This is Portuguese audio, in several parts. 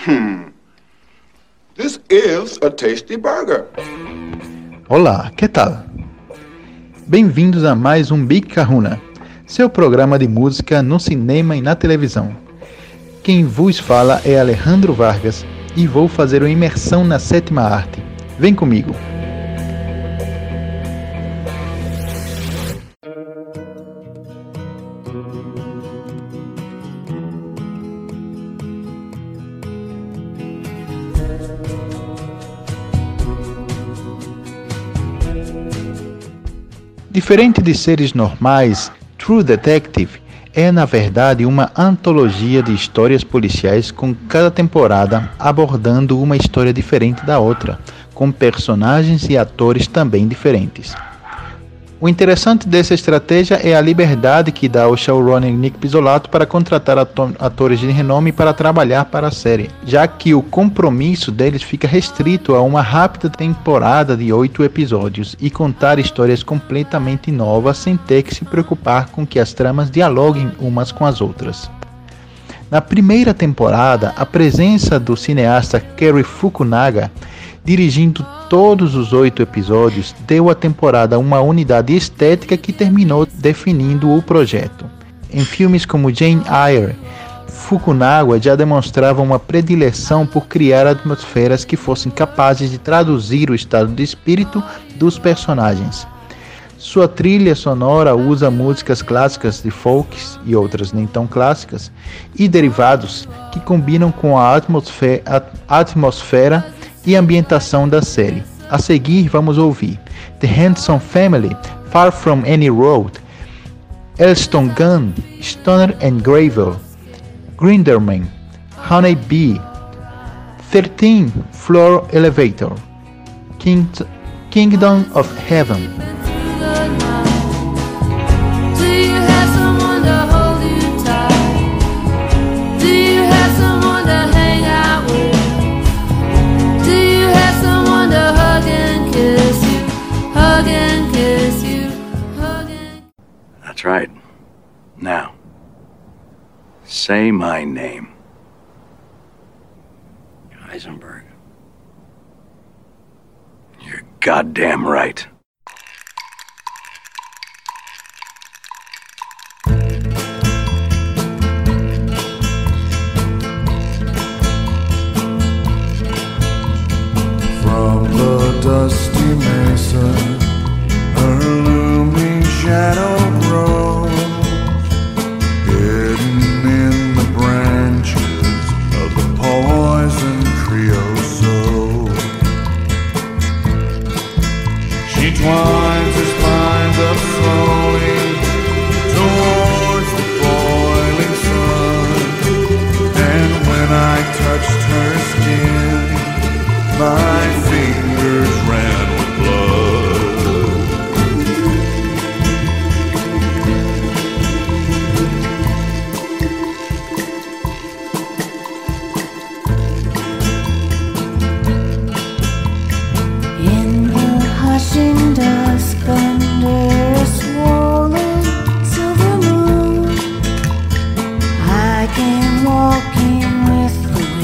This is a tasty burger. Olá, que tal? Bem-vindos a mais um Big Kahuna, seu programa de música no cinema e na televisão. Quem vos fala é Alejandro Vargas e vou fazer uma imersão na sétima arte. Vem comigo! Diferente de séries normais, True Detective é na verdade uma antologia de histórias policiais com cada temporada abordando uma história diferente da outra, com personagens e atores também diferentes. O interessante dessa estratégia é a liberdade que dá ao showrunner Nick Pizzolatto para contratar atores de renome para trabalhar para a série, já que o compromisso deles fica restrito a uma rápida temporada de 8 episódios e contar histórias completamente novas sem ter que se preocupar com que as tramas dialoguem umas com as outras. Na primeira temporada, a presença do cineasta Cary Fukunaga dirigindo todos os 8 episódios, deu à temporada uma unidade estética que terminou definindo o projeto. Em filmes como Jane Eyre, Fukunaga já demonstrava uma predileção por criar atmosferas que fossem capazes de traduzir o estado de espírito dos personagens. Sua trilha sonora usa músicas clássicas de folks e outras nem tão clássicas, e derivados que combinam com a atmosfera e ambientação da série. A seguir vamos ouvir The Handsome Family, Far From Any Road, Elton Gun, Stoner and Gravel, Grinderman, Honey Bee, 13 Floor Elevator, Kingdom of Heaven. That's right. Now, say my name. Heisenberg. You're goddamn right. From the dusty mesa, her looming shadow grows, hidden in the branches of the poison creosote. She twines her spines up slowly towards the boiling sun, and when I touched her skin, my fingers ran with blood. In the hushing dusk under a swollen silver moon, I came walking with the wind.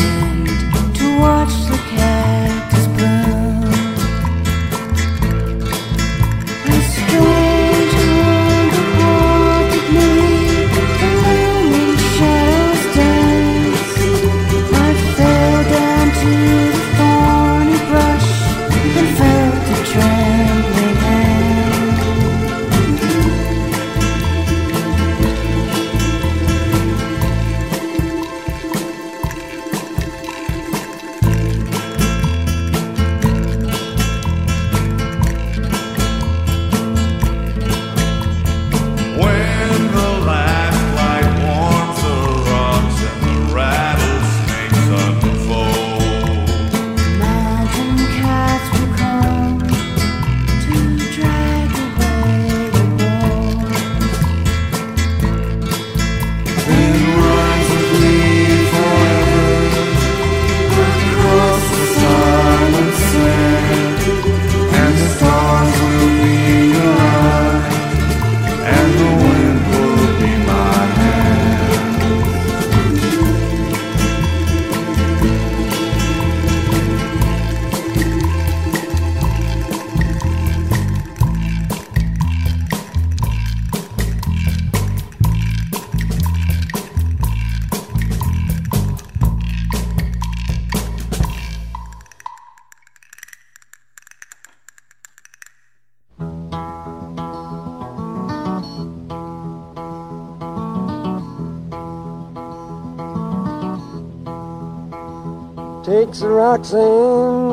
Takes a Roxanne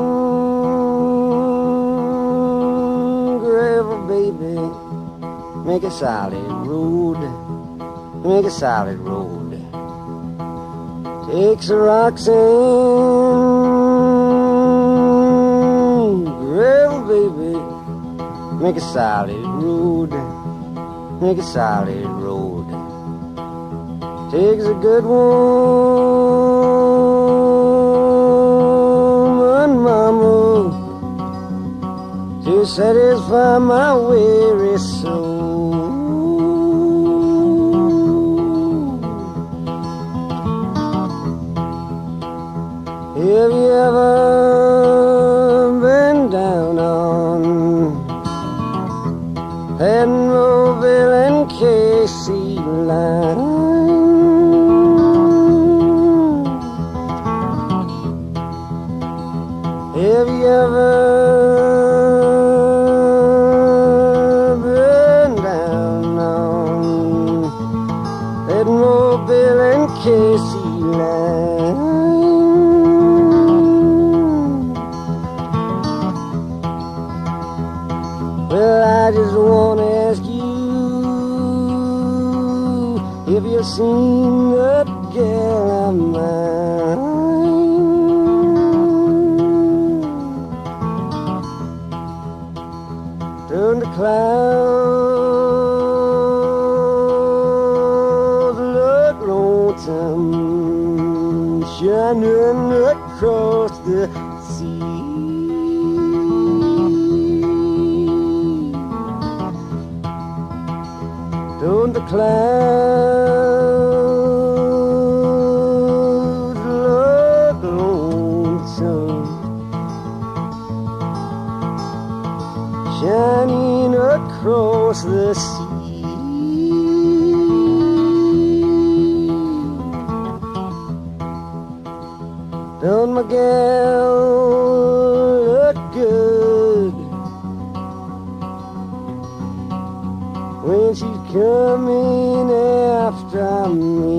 gravel, baby, make a solid road, make a solid road. Takes a Roxanne gravel, baby, make a solid road, make a solid road. Takes a good woman, mama, to satisfy my weary soul. Have you ever been down on Penmobile and Casey line? Have you ever been down on Penmobile and Casey line? Well, I just want to ask you, have you seen that girl of mine? Turn the clouds look lonesome, shining across the sea. Don't the clouds look lonesome, shining across the sea? Don't my gal look good when she's coming after me?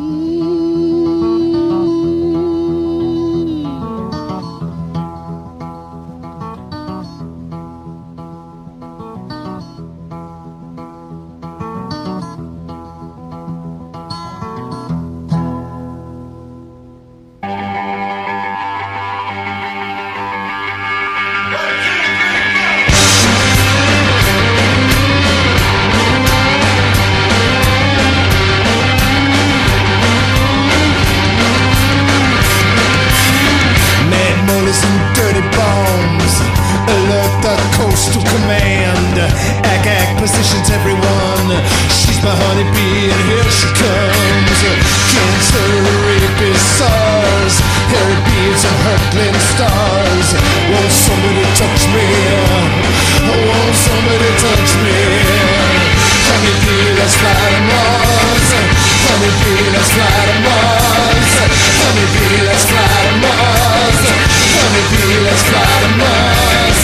Positions everyone. She's my honeybee and here she comes. Cancer, rapist, SARS, hairy beads and hurtling stars. Won't somebody touch me? Won't somebody touch me? Honeybee, let's fly to Mars. Honeybee, let's fly to Mars. Honeybee, let's fly to Mars. Honeybee, let's fly to Mars.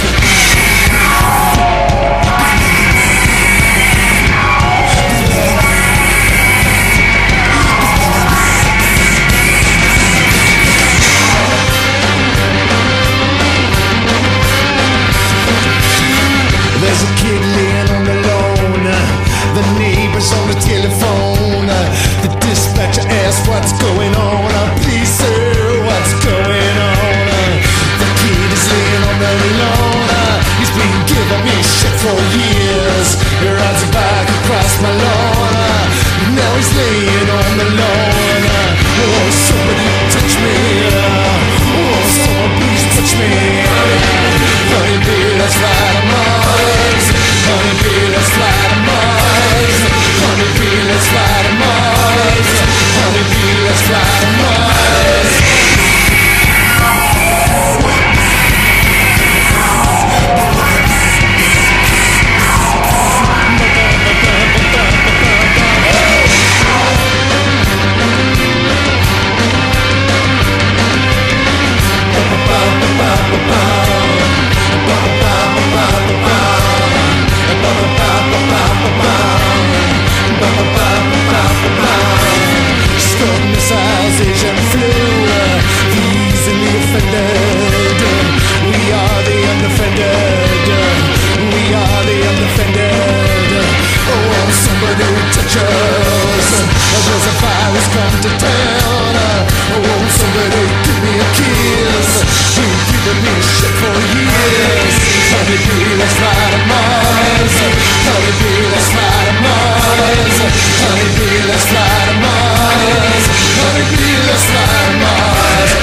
There's a kid laying on the lawn. The neighbor's on the telephone. The dispatcher asks what undefended. We are the undefended. We are the undefended. Oh, won't somebody touch us? There's a virus come to town. Oh, won't somebody give me a kiss? We've given me shit for years. Honey bee, let's fly to Mars. Honey bee, let's fly to Mars. Honey bee, let's fly to Mars. Honey bee, let's fly to Mars.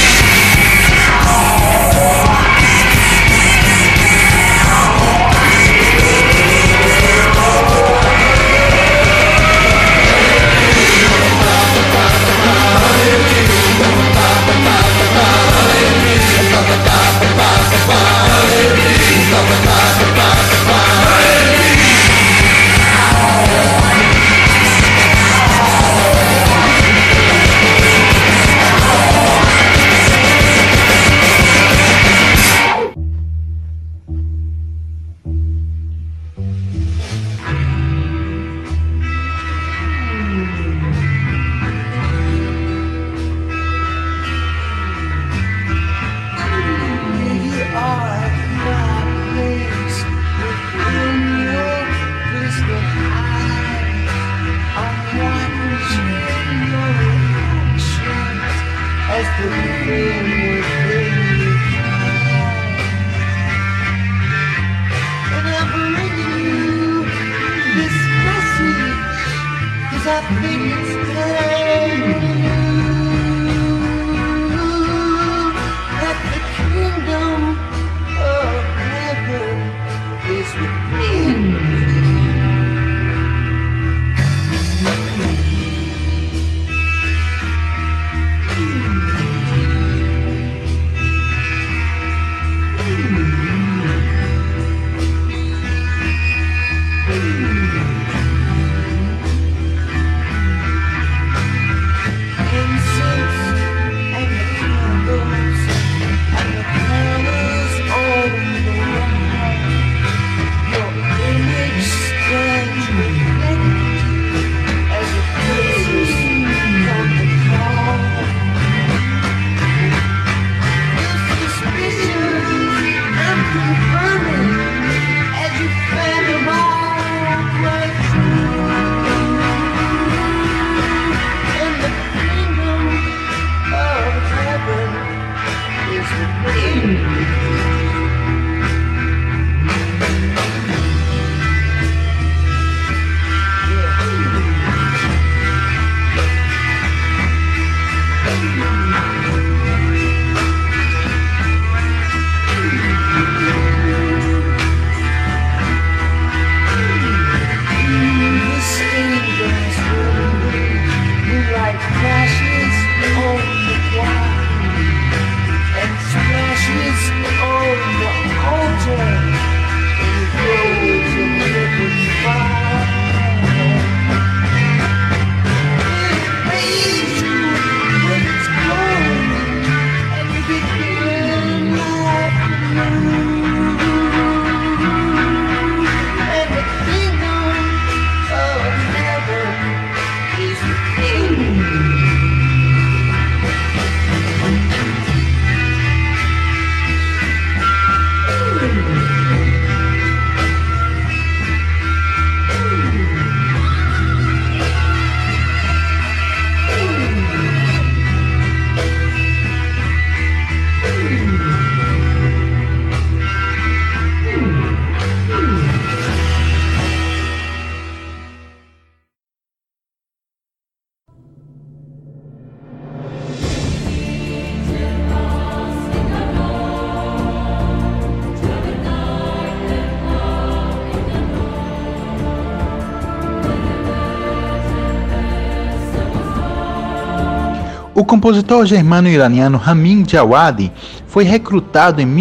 O compositor germano-iraniano Ramin Djawadi foi recrutado em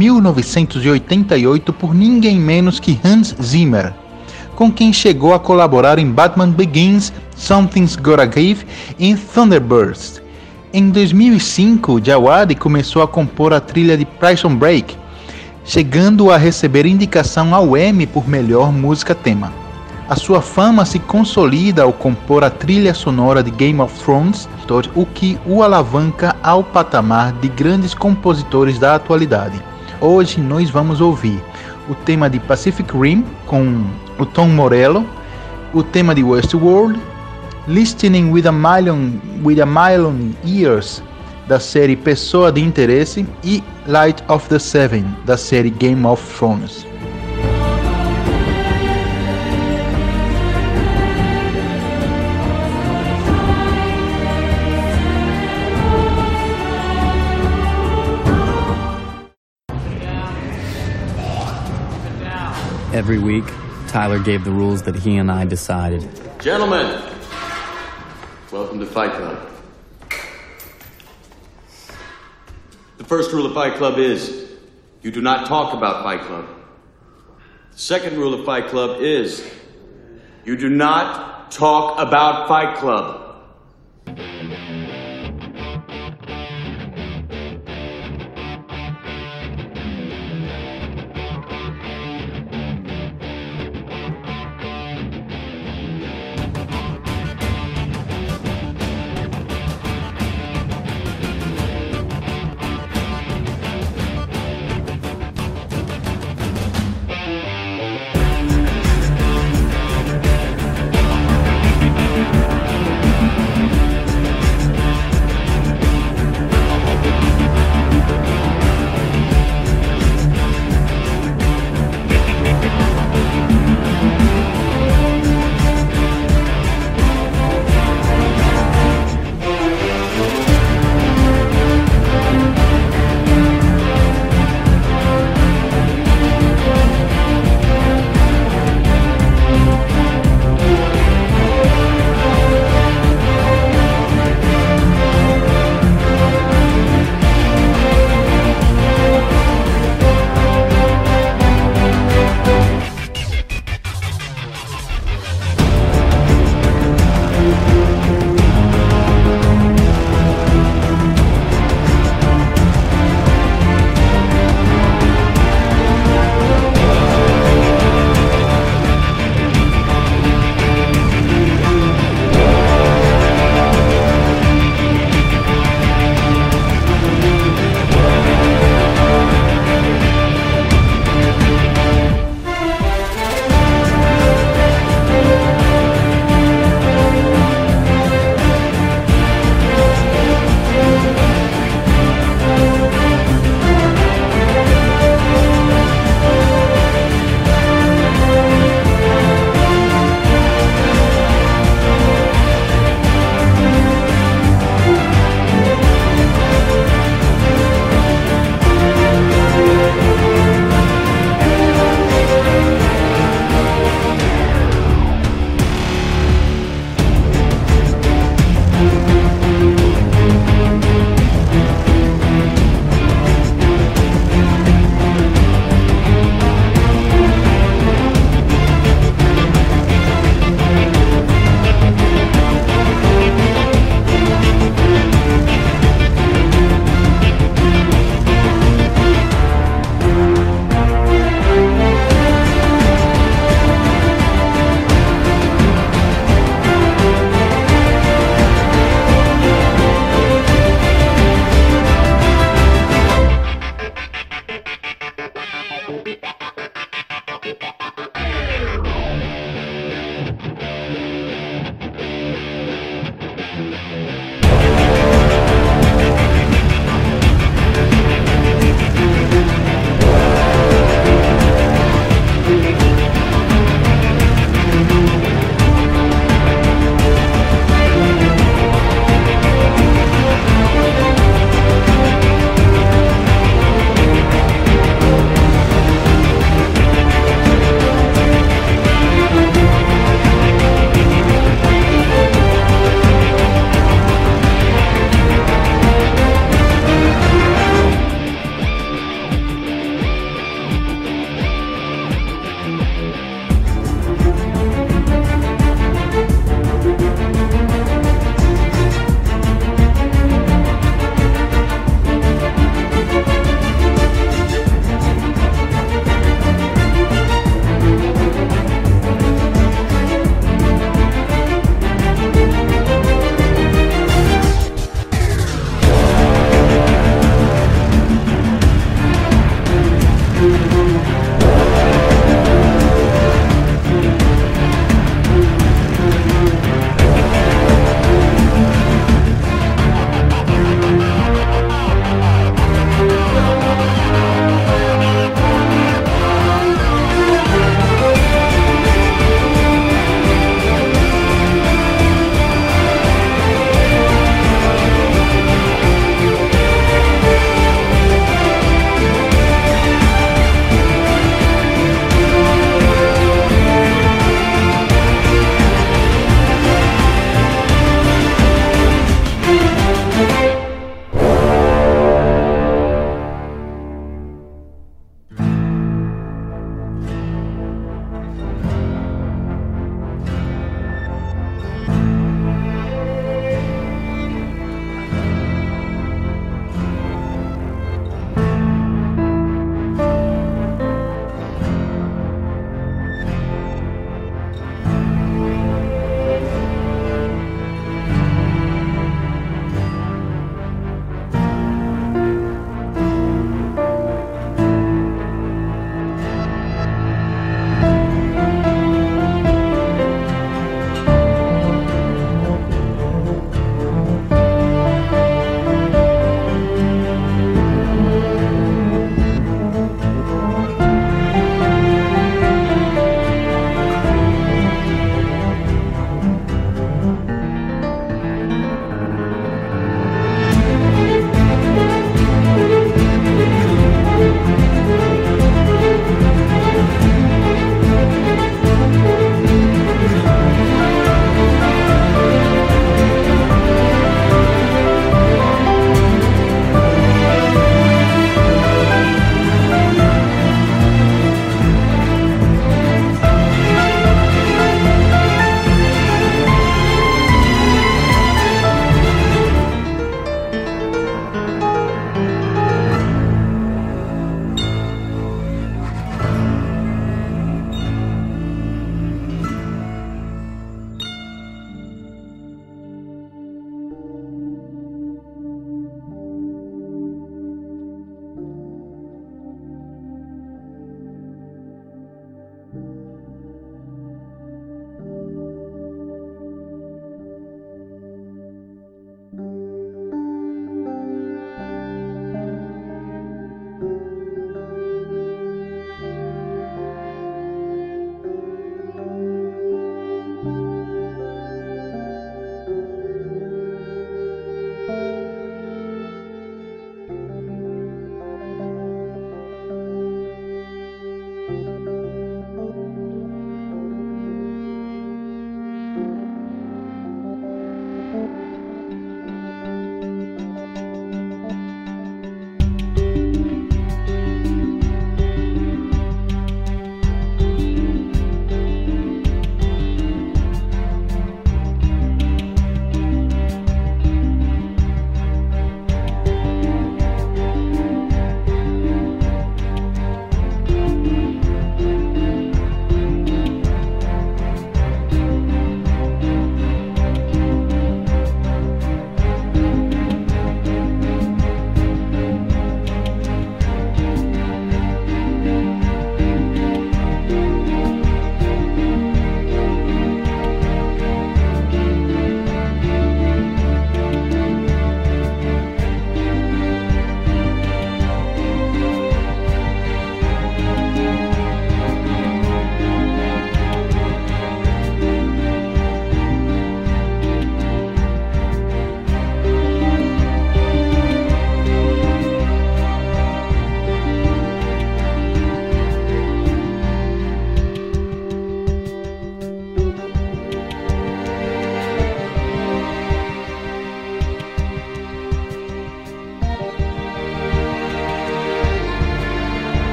1988 por ninguém menos que Hans Zimmer, com quem chegou a colaborar em Batman Begins, Something's Gotta Give e Thunderburst. Em 2005, Djawadi começou a compor a trilha de Prison Break, chegando a receber indicação ao Emmy por melhor música tema. A sua fama se consolida ao compor a trilha sonora de Game of Thrones, o que o alavanca ao patamar de grandes compositores da atualidade. Hoje nós vamos ouvir o tema de Pacific Rim com o Tom Morello, o tema de Westworld, Listening with a Million Ears, da série Pessoa de Interesse, e Light of the Seven, da série Game of Thrones. Every week, Tyler gave the rules that he and I decided. Gentlemen, welcome to Fight Club. The first rule of Fight Club is, you do not talk about Fight Club. The second rule of Fight Club is, you do not talk about Fight Club.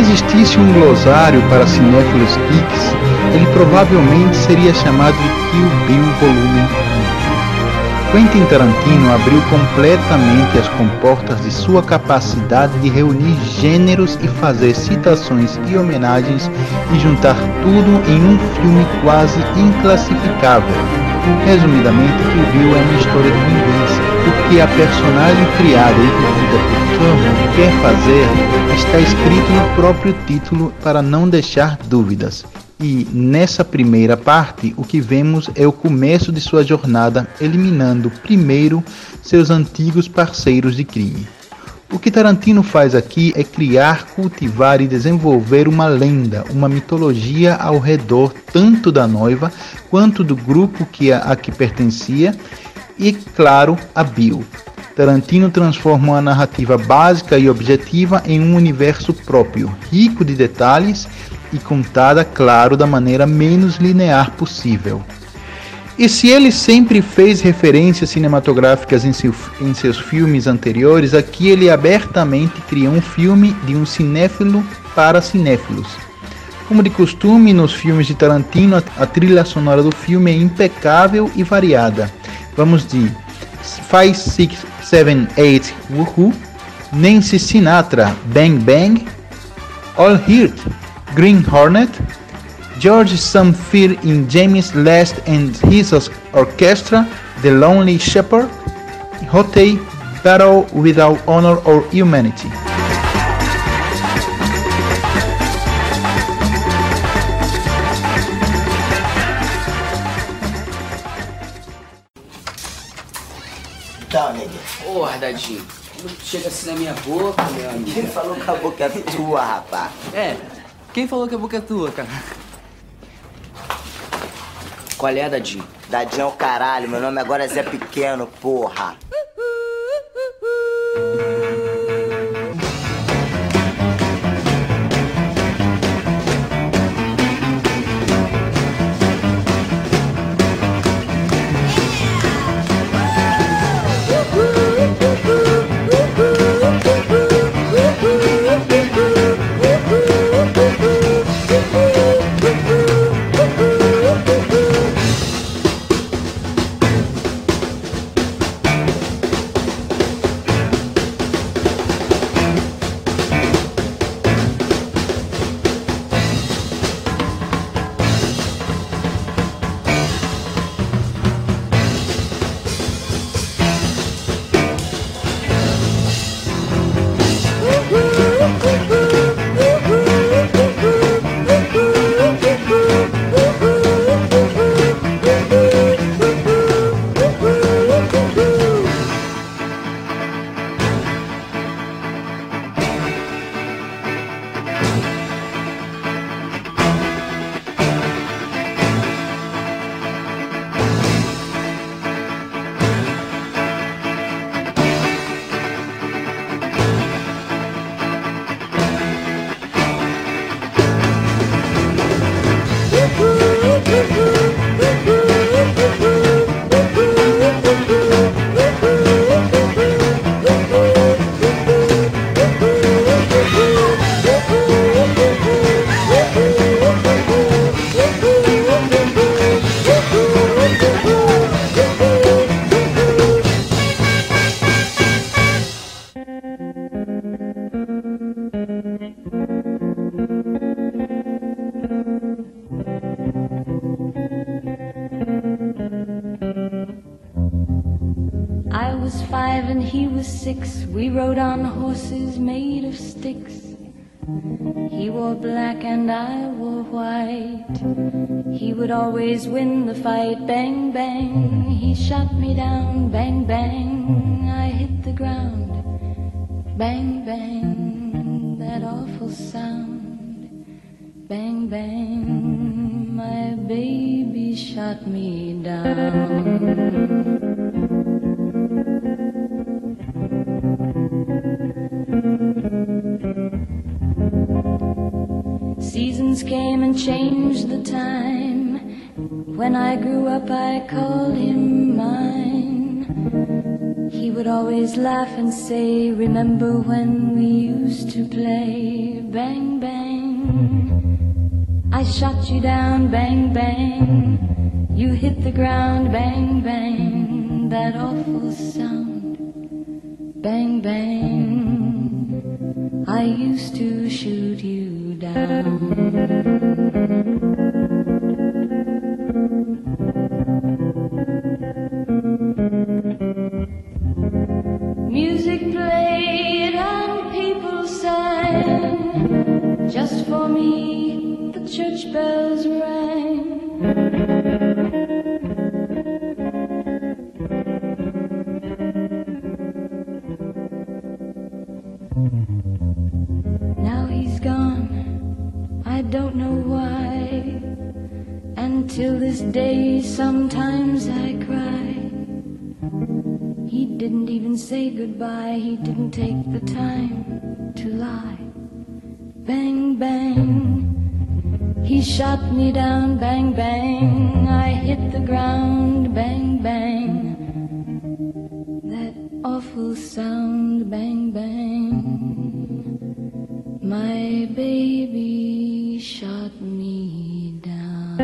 existisse um glossário para cinéfilos geeks, ele provavelmente seria chamado de Kill Bill Volume 1. Quentin Tarantino abriu completamente as comportas de sua capacidade de reunir gêneros e fazer citações e homenagens e juntar tudo em um filme quase inclassificável. Resumidamente, Kill Bill é uma história de vingança. O que a personagem criada e vivida por Thurman quer fazer está escrito no próprio título para não deixar dúvidas. E, nessa primeira parte, o que vemos é o começo de sua jornada, eliminando primeiro seus antigos parceiros de crime. O que Tarantino faz aqui é criar, cultivar e desenvolver uma lenda, uma mitologia ao redor tanto da noiva quanto do grupo a que pertencia e, claro, a Bill. Tarantino transforma uma narrativa básica e objetiva em um universo próprio, rico de detalhes e contada, claro, da maneira menos linear possível. E se ele sempre fez referências cinematográficas em seus filmes anteriores, aqui ele abertamente cria um filme de um cinéfilo para cinéfilos. Como de costume, nos filmes de Tarantino, a trilha sonora do filme é impecável e variada. Vamos de 5, 6, 7, 8, Woohoo, Nancy Sinatra, Bang Bang, All Heart, Green Hornet, George Samphire in James Last and His Orchestra, The Lonely Shepherd, Hotei, Battle Without Honor or Humanity. Então, nega. Porra, Dadinho, chega assim na minha boca, meu amigo. Quem falou que a boca é tua, rapaz? Quem falou que a boca é tua, cara? Qual é, Dadinho? Dadinho é o caralho, meu nome agora é Zé Pequeno, porra. I was 5 and he was 6. We rode on horses made of sticks. He wore black and I wore white. He would always win the fight. Bang, bang, he shot me down. Bang, bang, I hit the ground. Bang, bang, that awful sound. Bang, bang, my baby shot me down. Seasons came and changed the time. When I grew up I called him mine. He would would always laugh and say, remember when we used to play? Bang, bang, I shot you down, bang, bang, you hit the ground, bang, bang, that awful sound, bang, bang, I used to shoot you down. Music played and people sang, just for me the church bells rang. Now he's gone, I don't know why, and till this day sometimes I cry. He didn't even say goodbye, he didn't take the time to lie. Bang, bang, he shot me down, bang, bang, I hit the ground, bang, bang, that awful sound, bang, bang, my baby shot me down.